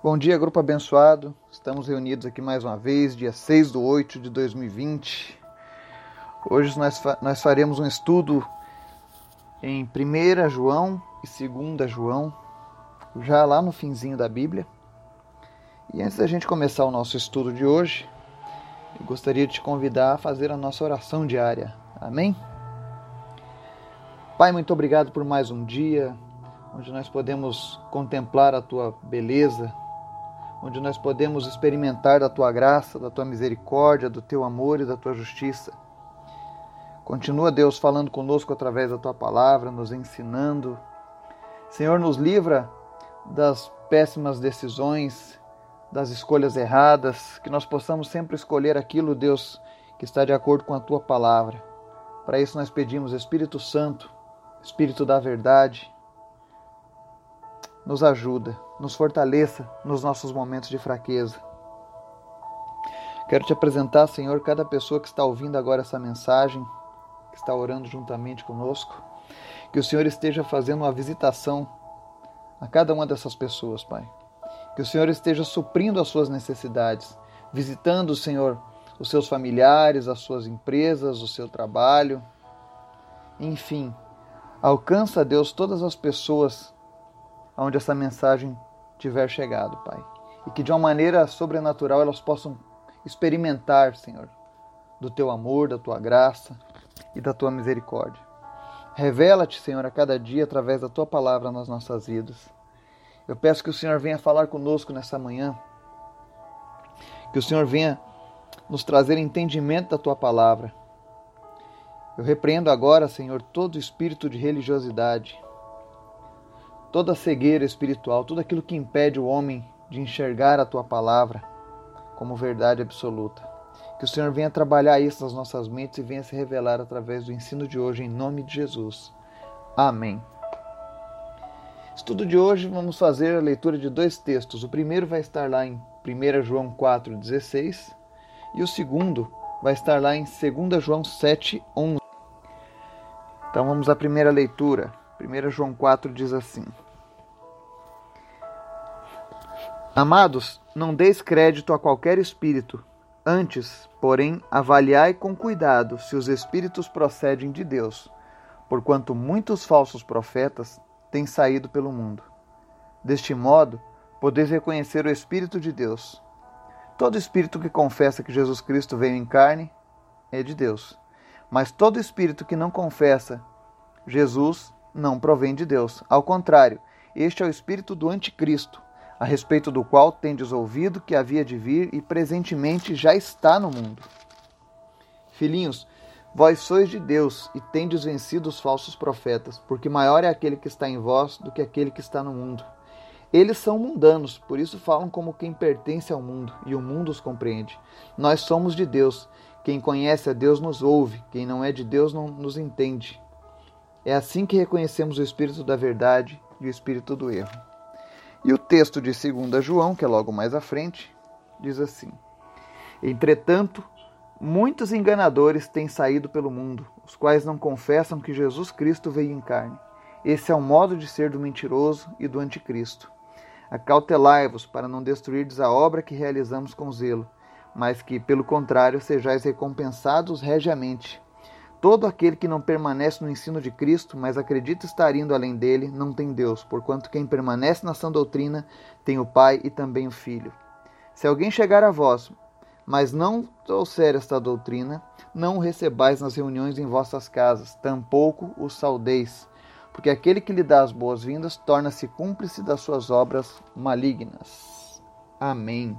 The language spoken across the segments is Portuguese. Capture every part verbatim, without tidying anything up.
Bom dia, grupo abençoado. Estamos reunidos aqui mais uma vez, dia seis de oito de dois mil e vinte. Hoje nós, fa- nós faremos um estudo em primeira João e segunda João, já lá no finzinho da Bíblia. E antes da gente começar o nosso estudo de hoje, eu gostaria de te convidar a fazer a nossa oração diária. Amém? Pai, muito obrigado por mais um dia, onde nós podemos contemplar a Tua beleza, onde nós podemos experimentar da Tua graça, da Tua misericórdia, do Teu amor e da Tua justiça. Continua, Deus, falando conosco através da Tua palavra, nos ensinando. Senhor, nos livra das péssimas decisões, das escolhas erradas, que nós possamos sempre escolher aquilo, Deus, que está de acordo com a Tua palavra. Para isso nós pedimos, Espírito Santo, Espírito da verdade, nos ajuda, nos fortaleça nos nossos momentos de fraqueza. Quero te apresentar, Senhor, cada pessoa que está ouvindo agora essa mensagem, que está orando juntamente conosco, que o Senhor esteja fazendo uma visitação a cada uma dessas pessoas, Pai. Que o Senhor esteja suprindo as suas necessidades, visitando, Senhor, os seus familiares, as suas empresas, o seu trabalho. Enfim, alcança, Deus, todas as pessoas onde essa mensagem tiver chegado, Pai. E que de uma maneira sobrenatural elas possam experimentar, Senhor, do Teu amor, da Tua graça e da Tua misericórdia. Revela-te, Senhor, a cada dia através da Tua palavra nas nossas vidas. Eu peço que o Senhor venha falar conosco nessa manhã, que o Senhor venha nos trazer entendimento da Tua palavra. Eu repreendo agora, Senhor, todo espírito de religiosidade, toda cegueira espiritual, tudo aquilo que impede o homem de enxergar a Tua palavra como verdade absoluta. Que o Senhor venha trabalhar isso nas nossas mentes e venha se revelar através do ensino de hoje, em nome de Jesus. Amém. Estudo de hoje, vamos fazer a leitura de dois textos. O primeiro vai estar lá em primeira João quatro, dezesseis e o segundo vai estar lá em segunda João sete, onze. Então vamos à primeira leitura. primeira João quatro diz assim: Amados, não deis crédito a qualquer espírito, antes, porém, avaliai com cuidado se os espíritos procedem de Deus, porquanto muitos falsos profetas têm saído pelo mundo. Deste modo, podeis reconhecer o Espírito de Deus. Todo espírito que confessa que Jesus Cristo veio em carne é de Deus, mas todo espírito que não confessa Jesus não provém de Deus. Ao contrário, este é o espírito do anticristo, a respeito do qual tendes ouvido que havia de vir e presentemente já está no mundo. Filhinhos, vós sois de Deus e tendes vencido os falsos profetas, porque maior é aquele que está em vós do que aquele que está no mundo. Eles são mundanos, por isso falam como quem pertence ao mundo, e o mundo os compreende. Nós somos de Deus. Quem conhece a Deus nos ouve, quem não é de Deus não nos entende. É assim que reconhecemos o espírito da verdade e o espírito do erro. E o texto de segunda João, que é logo mais à frente, diz assim: Entretanto, muitos enganadores têm saído pelo mundo, os quais não confessam que Jesus Cristo veio em carne. Esse é o modo de ser do mentiroso e do anticristo. Acautelai-vos para não destruirdes a obra que realizamos com zelo, mas que, pelo contrário, sejais recompensados regiamente. Todo aquele que não permanece no ensino de Cristo, mas acredita estar indo além dele, não tem Deus, porquanto quem permanece na sã doutrina tem o Pai e também o Filho. Se alguém chegar a vós, mas não trouxer esta doutrina, não o recebais nas reuniões em vossas casas, tampouco o saudeis, porque aquele que lhe dá as boas-vindas torna-se cúmplice das suas obras malignas. Amém.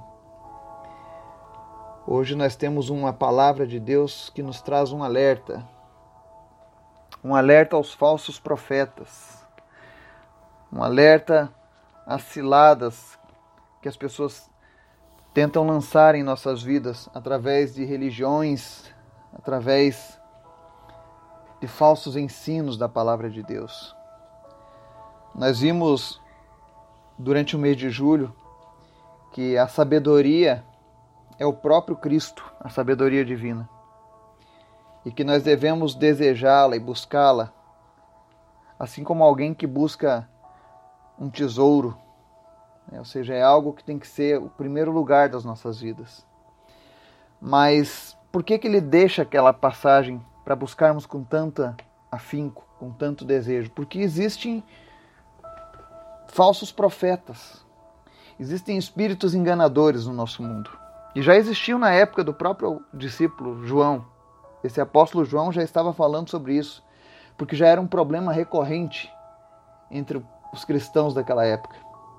Hoje nós temos uma palavra de Deus que nos traz um alerta. Um alerta aos falsos profetas. Um alerta às ciladas que as pessoas tentam lançar em nossas vidas através de religiões, através de falsos ensinos da palavra de Deus. Nós vimos durante o mês de julho que a sabedoria é o próprio Cristo, a sabedoria divina, e que nós devemos desejá-la e buscá-la, assim como alguém que busca um tesouro né? Ou seja, é algo que tem que ser o primeiro lugar das nossas vidas. Mas por que que ele deixa aquela passagem para buscarmos com tanta afinco, com tanto desejo? Porque existem falsos profetas, existem espíritos enganadores no nosso mundo. E já existiam na época do próprio discípulo João. Esse apóstolo João já estava falando sobre isso, porque já era um problema recorrente entre os cristãos daquela época.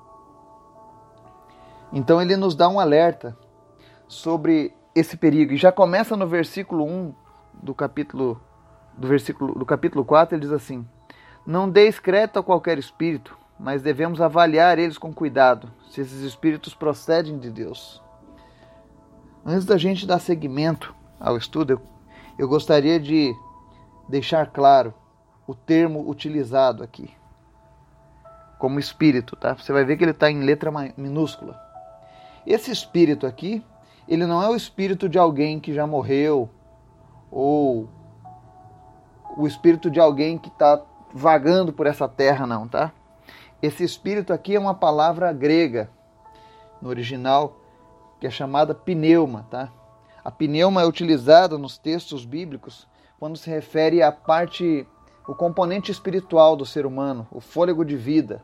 Então ele nos dá um alerta sobre esse perigo. E já começa no versículo um do capítulo, do versículo, do capítulo quatro, ele diz assim: não deis crédito a qualquer espírito, mas devemos avaliar eles com cuidado, se esses espíritos procedem de Deus. Antes da gente dar seguimento ao estudo, eu, eu gostaria de deixar claro o termo utilizado aqui, como espírito, tá? Você vai ver que ele está em letra minúscula. Esse espírito aqui, ele não é o espírito de alguém que já morreu, ou o espírito de alguém que está vagando por essa terra, não, tá? Esse espírito aqui é uma palavra grega, no original, que é chamada pneuma, tá? A pneuma é utilizada nos textos bíblicos quando se refere à parte, o componente espiritual do ser humano, o fôlego de vida.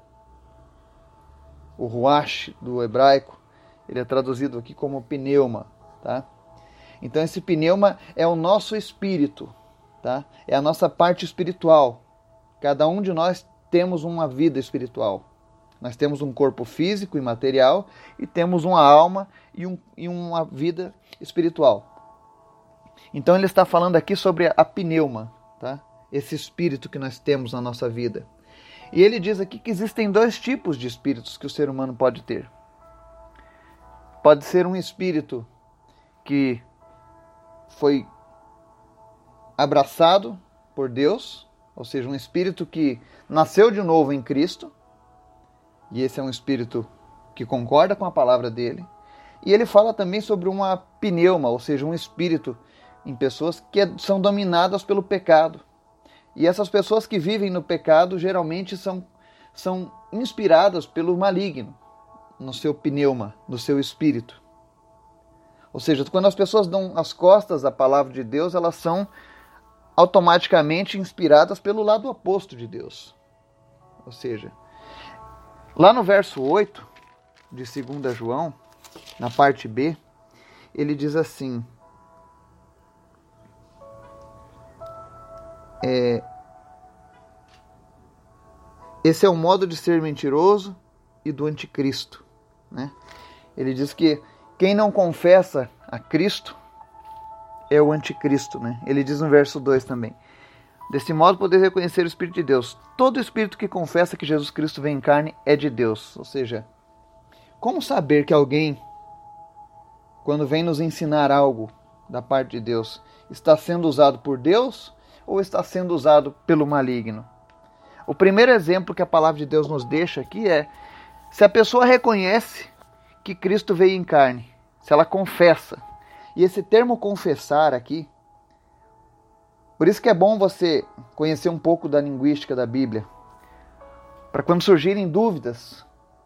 O ruach do hebraico, ele é traduzido aqui como pneuma, tá? Então esse pneuma é o nosso espírito, tá? É a nossa parte espiritual. Cada um de nós temos uma vida espiritual. Nós temos um corpo físico e material e temos uma alma e, um, e uma vida espiritual. Então ele está falando aqui sobre a pneuma, tá? Esse espírito que nós temos na nossa vida. E ele diz aqui que existem dois tipos de espíritos que o ser humano pode ter. Pode ser um espírito que foi abraçado por Deus, ou seja, um espírito que nasceu de novo em Cristo, e esse é um espírito que concorda com a palavra dele. E ele fala também sobre uma pneuma, ou seja, um espírito em pessoas que são dominadas pelo pecado. E essas pessoas que vivem no pecado geralmente são, são inspiradas pelo maligno no seu pneuma, no seu espírito. Ou seja, quando as pessoas dão as costas à palavra de Deus, elas são automaticamente inspiradas pelo lado oposto de Deus. Ou seja, lá no verso oito de dois João, na parte B, ele diz assim: é, esse é o modo de ser mentiroso e do anticristo, né? Ele diz que quem não confessa a Cristo é o anticristo, né? Ele diz no verso dois também: desse modo poder reconhecer o Espírito de Deus. Todo espírito que confessa que Jesus Cristo vem em carne é de Deus. Ou seja, como saber que alguém, quando vem nos ensinar algo da parte de Deus, está sendo usado por Deus ou está sendo usado pelo maligno? O primeiro exemplo que a palavra de Deus nos deixa aqui é se a pessoa reconhece que Cristo veio em carne, se ela confessa. E esse termo confessar aqui, por isso que é bom você conhecer um pouco da linguística da Bíblia, para quando surgirem dúvidas,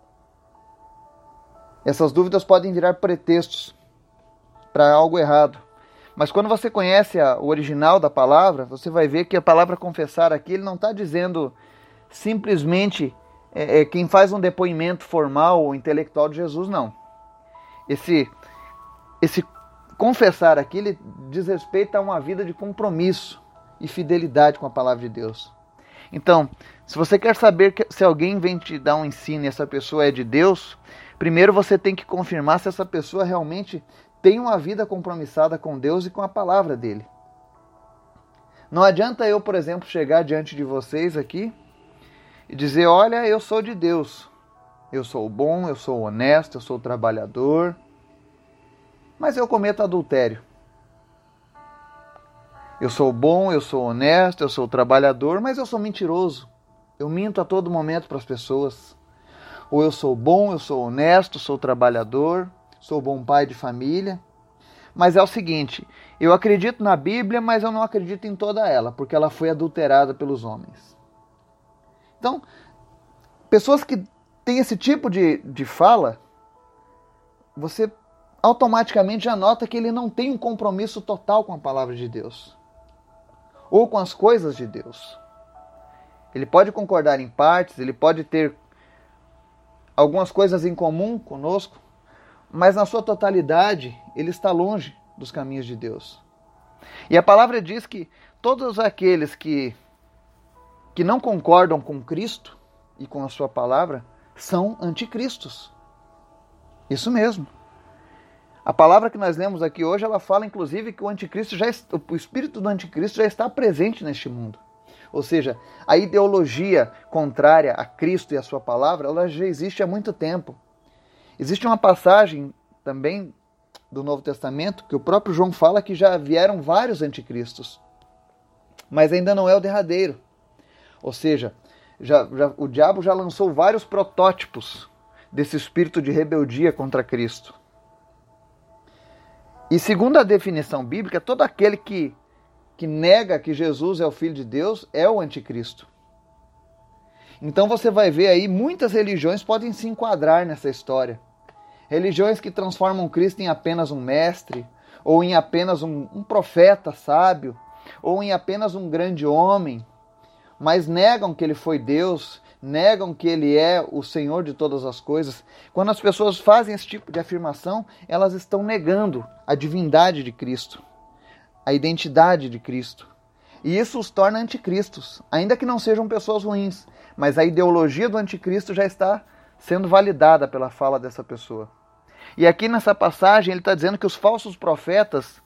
essas dúvidas podem virar pretextos para algo errado. Mas quando você conhece a, o original da palavra, você vai ver que a palavra confessar aqui, ele não está dizendo simplesmente é, é, quem faz um depoimento formal ou intelectual de Jesus, não. Esse, esse confessar aqui, ele diz respeito a uma vida de compromisso e fidelidade com a palavra de Deus. Então, se você quer saber que, se alguém vem te dar um ensino e essa pessoa é de Deus, primeiro você tem que confirmar se essa pessoa realmente tem uma vida compromissada com Deus e com a palavra dele. Não adianta eu, por exemplo, chegar diante de vocês aqui e dizer: olha, eu sou de Deus, eu sou bom, eu sou honesto, eu sou trabalhador, mas eu cometo adultério. Eu sou bom, eu sou honesto, eu sou trabalhador, mas eu sou mentiroso. Eu minto a todo momento para as pessoas. Ou eu sou bom, eu sou honesto, sou trabalhador, sou bom pai de família. Mas é o seguinte, eu acredito na Bíblia, mas eu não acredito em toda ela, porque ela foi adulterada pelos homens. Então, pessoas que tem esse tipo de, de fala, você automaticamente já nota que ele não tem um compromisso total com a palavra de Deus ou com as coisas de Deus. Ele pode concordar em partes, ele pode ter algumas coisas em comum conosco, mas na sua totalidade ele está longe dos caminhos de Deus. E a palavra diz que todos aqueles que, que não concordam com Cristo e com a sua palavra são anticristos. Isso mesmo. A palavra que nós lemos aqui hoje, ela fala inclusive que o anticristo já, o espírito do anticristo já está presente neste mundo. Ou seja, a ideologia contrária a Cristo e a sua palavra, ela já existe há muito tempo. Existe uma passagem também do Novo Testamento que o próprio João fala que já vieram vários anticristos, mas ainda não é o derradeiro. Ou seja, já, já, o diabo já lançou vários protótipos desse espírito de rebeldia contra Cristo. E segundo a definição bíblica, todo aquele que, que nega que Jesus é o Filho de Deus é o anticristo. Então você vai ver aí, muitas religiões podem se enquadrar nessa história. Religiões que transformam Cristo em apenas um mestre, ou em apenas um, um profeta sábio, ou em apenas um grande homem, mas negam que ele foi Deus, negam que ele é o Senhor de todas as coisas. Quando as pessoas fazem esse tipo de afirmação, elas estão negando a divindade de Cristo, a identidade de Cristo. E isso os torna anticristos, ainda que não sejam pessoas ruins, mas a ideologia do anticristo já está sendo validada pela fala dessa pessoa. E aqui nessa passagem ele está dizendo que os falsos profetas,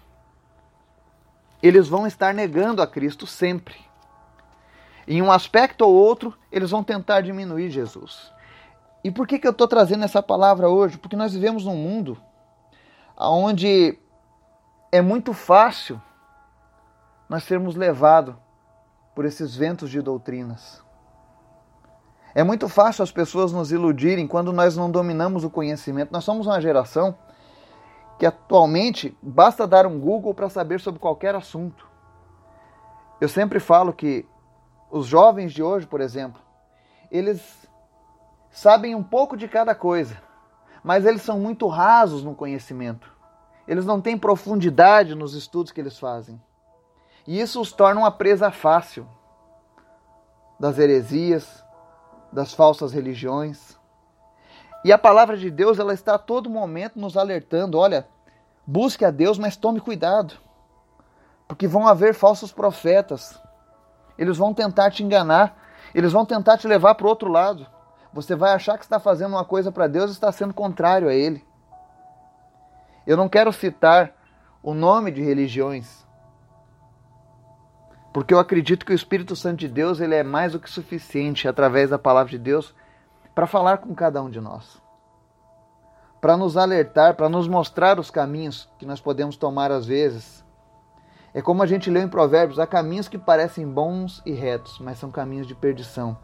eles vão estar negando a Cristo sempre. Em um aspecto ou outro, eles vão tentar diminuir Jesus. E por que, que eu estou trazendo essa palavra hoje? Porque nós vivemos num mundo onde é muito fácil nós sermos levados por esses ventos de doutrinas. É muito fácil as pessoas nos iludirem quando nós não dominamos o conhecimento. Nós somos uma geração que atualmente basta dar um Google para saber sobre qualquer assunto. Eu sempre falo que os jovens de hoje, por exemplo, eles sabem um pouco de cada coisa, mas eles são muito rasos no conhecimento. Eles não têm profundidade nos estudos que eles fazem. E isso os torna uma presa fácil das heresias, das falsas religiões. E a palavra de Deus, ela está a todo momento nos alertando, olha, busque a Deus, mas tome cuidado, porque vão haver falsos profetas. Eles vão tentar te enganar, eles vão tentar te levar para o outro lado. Você vai achar que está fazendo uma coisa para Deus e está sendo contrário a Ele. Eu não quero citar o nome de religiões, porque eu acredito que o Espírito Santo de Deus, ele é mais do que suficiente, através da palavra de Deus, para falar com cada um de nós, para nos alertar, para nos mostrar os caminhos que nós podemos tomar às vezes. É como a gente leu em Provérbios, há caminhos que parecem bons e retos, mas são caminhos de perdição.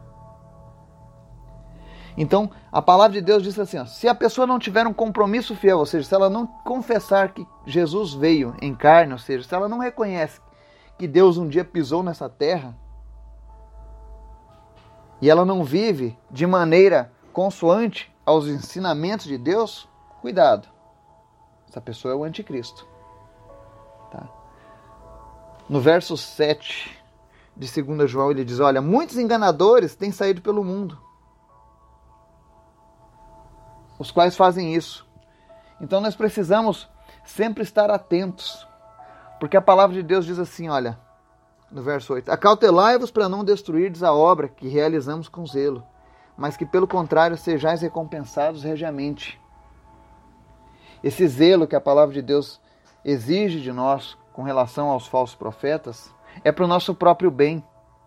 Então, a palavra de Deus diz assim, ó, se a pessoa não tiver um compromisso fiel, ou seja, se ela não confessar que Jesus veio em carne, ou seja, se ela não reconhece que Deus um dia pisou nessa terra, e ela não vive de maneira consoante aos ensinamentos de Deus, cuidado, essa pessoa é o anticristo. Tá? No verso sete de segunda João, ele diz, olha, muitos enganadores têm saído pelo mundo, os quais fazem isso. Então nós precisamos sempre estar atentos, porque a palavra de Deus diz assim, olha, no verso oito, acautelai-vos para não destruirdes a obra que realizamos com zelo, mas que pelo contrário sejais recompensados regiamente. Esse zelo que a palavra de Deus exige de nós com relação aos falsos profetas é para o nosso próprio bem.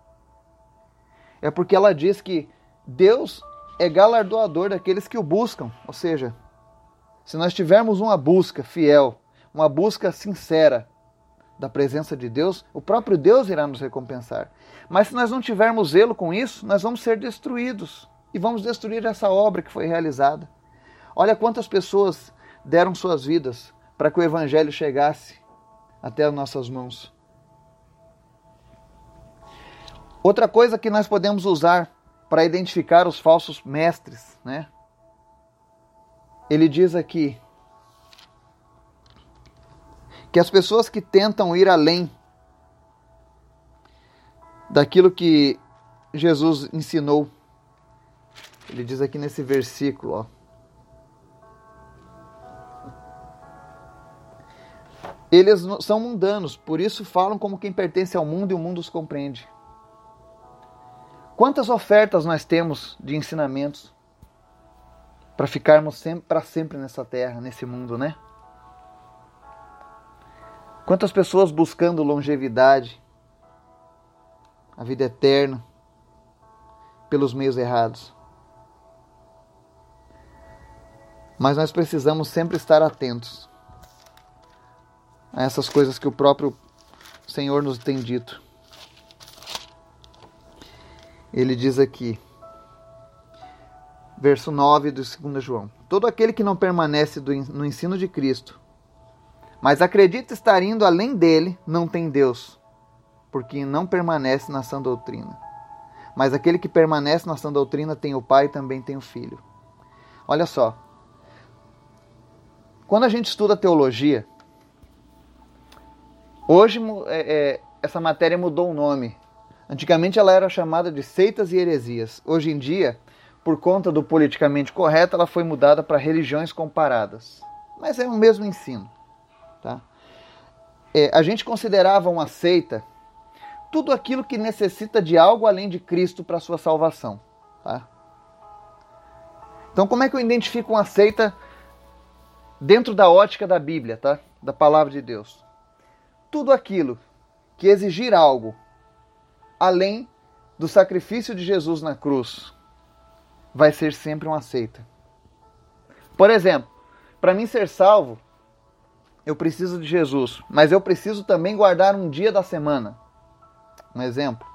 É porque ela diz que Deus é galardoador daqueles que o buscam. Ou seja, se nós tivermos uma busca fiel, uma busca sincera da presença de Deus, o próprio Deus irá nos recompensar. Mas se nós não tivermos zelo com isso, nós vamos ser destruídos. E vamos destruir essa obra que foi realizada. Olha quantas pessoas deram suas vidas para que o Evangelho chegasse até as nossas mãos. Outra coisa que nós podemos usar para identificar os falsos mestres, né? Ele diz aqui que as pessoas que tentam ir além daquilo que Jesus ensinou, ele diz aqui nesse versículo, ó, eles são mundanos, por isso falam como quem pertence ao mundo e o mundo os compreende. Quantas ofertas nós temos de ensinamentos para ficarmos sempre, para sempre nessa terra, nesse mundo, né? Quantas pessoas buscando longevidade, a vida eterna, pelos meios errados. Mas nós precisamos sempre estar atentos a essas coisas que o próprio Senhor nos tem dito. Ele diz aqui, verso nove do segundo João: todo aquele que não permanece do, no ensino de Cristo, mas acredita estar indo além dele, não tem Deus, porque não permanece na sã doutrina. Mas aquele que permanece na sã doutrina tem o Pai e também tem o Filho. Olha só, quando a gente estuda teologia, hoje é, é, essa matéria mudou o nome. Antigamente ela era chamada de seitas e heresias. Hoje em dia, por conta do politicamente correto, ela foi mudada para religiões comparadas. Mas é o mesmo ensino. Tá? É, a gente considerava uma seita tudo aquilo que necessita de algo além de Cristo para a sua salvação. Tá? Então como é que eu identifico uma seita dentro da ótica da Bíblia, tá? Da palavra de Deus? Tudo aquilo que exigir algo além do sacrifício de Jesus na cruz vai ser sempre uma seita. Por exemplo, para mim ser salvo, eu preciso de Jesus, mas eu preciso também guardar um dia da semana. Um exemplo.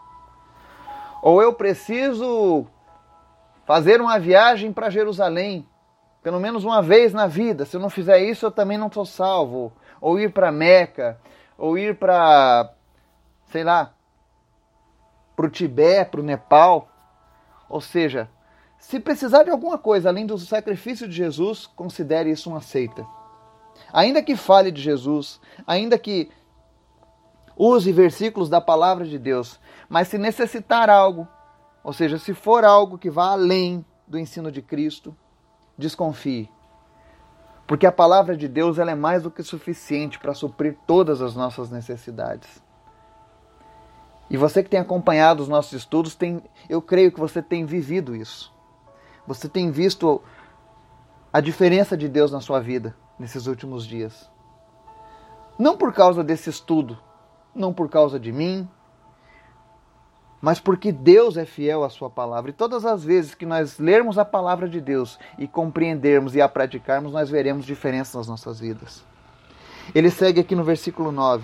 Ou eu preciso fazer uma viagem para Jerusalém, pelo menos uma vez na vida. Se eu não fizer isso, eu também não sou salvo. Ou ir para Meca, ou ir para, sei lá, para o Tibete, para o Nepal. Ou seja, se precisar de alguma coisa além do sacrifício de Jesus, considere isso uma seita. Ainda que fale de Jesus, ainda que use versículos da palavra de Deus, mas se necessitar algo, ou seja, se for algo que vá além do ensino de Cristo, desconfie. Porque a palavra de Deus ela é mais do que suficiente para suprir todas as nossas necessidades. E você que tem acompanhado os nossos estudos, tem, eu creio que você tem vivido isso. Você tem visto a diferença de Deus na sua vida nesses últimos dias. Não por causa desse estudo, não por causa de mim, mas porque Deus é fiel à sua palavra. E todas as vezes que nós lermos a palavra de Deus e compreendermos e a praticarmos, nós veremos diferença nas nossas vidas. Ele segue aqui no versículo nove.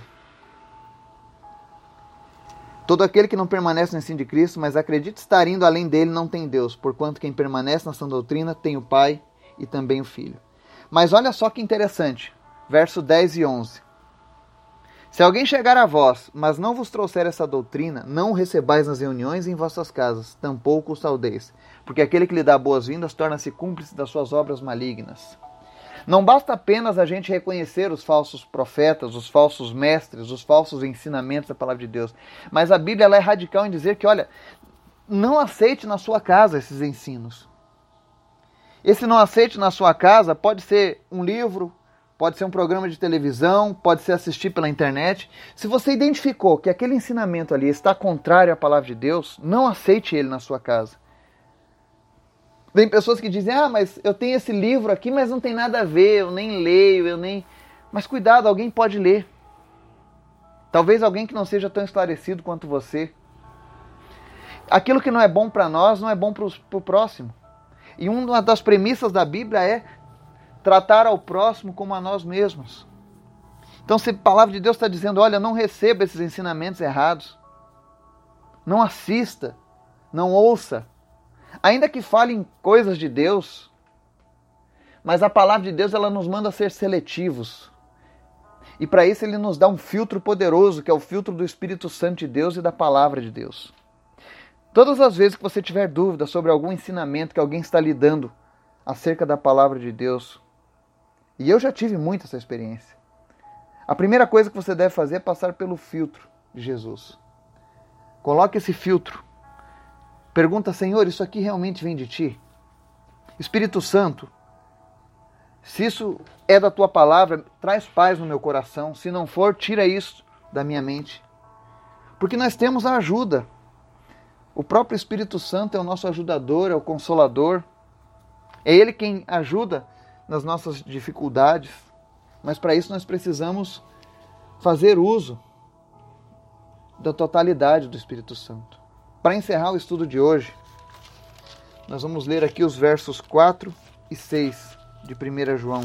Todo aquele que não permanece no ensino de Cristo, mas acredita estar indo além dele, não tem Deus, porquanto quem permanece na sã doutrina tem o Pai e também o Filho. Mas olha só que interessante, verso dez e onze. Se alguém chegar a vós, mas não vos trouxer essa doutrina, não o recebais nas reuniões e em vossas casas, tampouco o saudeis, porque aquele que lhe dá boas-vindas torna-se cúmplice das suas obras malignas. Não basta apenas a gente reconhecer os falsos profetas, os falsos mestres, os falsos ensinamentos da palavra de Deus, mas a Bíblia ela é radical em dizer que, olha, não aceite na sua casa esses ensinos. Esse não aceite na sua casa pode ser um livro, pode ser um programa de televisão, pode ser assistir pela internet. Se você identificou que aquele ensinamento ali está contrário à palavra de Deus, não aceite ele na sua casa. Tem pessoas que dizem, ah, mas eu tenho esse livro aqui, mas não tem nada a ver, eu nem leio, eu nem... Mas cuidado, alguém pode ler. Talvez alguém que não seja tão esclarecido quanto você. Aquilo que não é bom para nós, não é bom para o próximo. E uma das premissas da Bíblia é tratar ao próximo como a nós mesmos. Então, se a palavra de Deus está dizendo, olha, não receba esses ensinamentos errados, não assista, não ouça, ainda que falem coisas de Deus, mas a palavra de Deus ela nos manda ser seletivos. E para isso ele nos dá um filtro poderoso, que é o filtro do Espírito Santo de Deus e da palavra de Deus. Todas as vezes que você tiver dúvida sobre algum ensinamento que alguém está lhe dando acerca da palavra de Deus, e eu já tive muito essa experiência, a primeira coisa que você deve fazer é passar pelo filtro de Jesus. Coloque esse filtro. Pergunta, Senhor, isso aqui realmente vem de Ti? Espírito Santo, se isso é da Tua palavra, traz paz no meu coração. Se não for, tira isso da minha mente. Porque nós temos a ajuda. O próprio Espírito Santo é o nosso ajudador, é o consolador. É Ele quem ajuda nas nossas dificuldades. Mas para isso nós precisamos fazer uso da totalidade do Espírito Santo. Para encerrar o estudo de hoje, nós vamos ler aqui os versos quatro e seis de primeira João,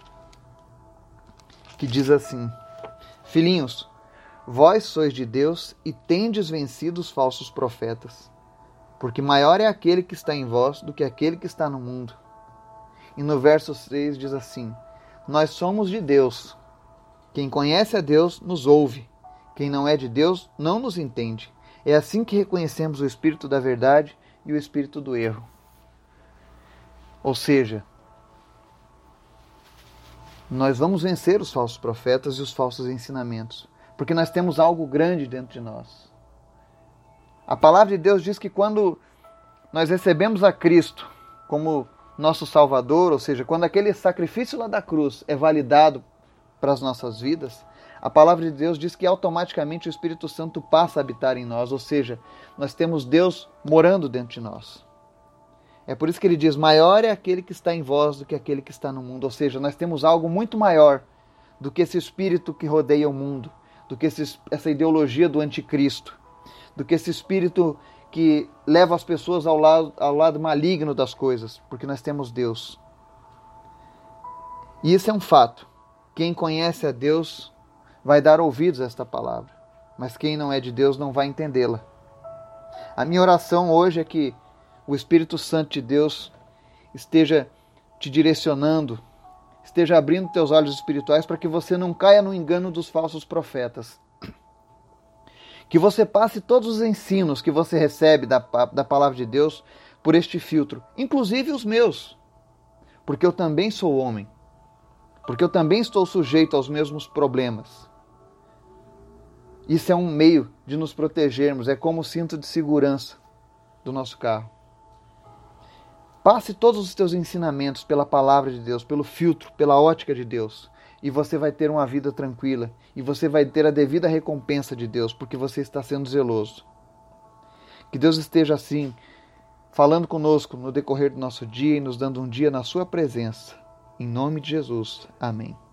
que diz assim: Filhinhos, vós sois de Deus e tendes vencido os falsos profetas, porque maior é aquele que está em vós do que aquele que está no mundo. E no verso seis diz assim: Nós somos de Deus. Quem conhece a Deus nos ouve. Quem não é de Deus não nos entende. É assim que reconhecemos o espírito da verdade e o espírito do erro. Ou seja, nós vamos vencer os falsos profetas e os falsos ensinamentos, porque nós temos algo grande dentro de nós. A palavra de Deus diz que quando nós recebemos a Cristo como nosso Salvador, ou seja, quando aquele sacrifício lá da cruz é validado para as nossas vidas, a palavra de Deus diz que automaticamente o Espírito Santo passa a habitar em nós, ou seja, nós temos Deus morando dentro de nós. É por isso que ele diz, maior é aquele que está em vós do que aquele que está no mundo. Ou seja, nós temos algo muito maior do que esse espírito que rodeia o mundo, do que esse, essa ideologia do anticristo, do que esse espírito que leva as pessoas ao lado, ao lado maligno das coisas, porque nós temos Deus. E isso é um fato. Quem conhece a Deus vai dar ouvidos a esta palavra, mas quem não é de Deus não vai entendê-la. A minha oração hoje é que o Espírito Santo de Deus esteja te direcionando, esteja abrindo teus olhos espirituais para que você não caia no engano dos falsos profetas. Que você passe todos os ensinos que você recebe da, da palavra de Deus por este filtro, inclusive os meus, porque eu também sou homem, porque eu também estou sujeito aos mesmos problemas. Isso é um meio de nos protegermos, é como o cinto de segurança do nosso carro. Passe todos os teus ensinamentos pela palavra de Deus, pelo filtro, pela ótica de Deus, e você vai ter uma vida tranquila, e você vai ter a devida recompensa de Deus, porque você está sendo zeloso. Que Deus esteja assim, falando conosco no decorrer do nosso dia e nos dando um dia na sua presença. Em nome de Jesus. Amém.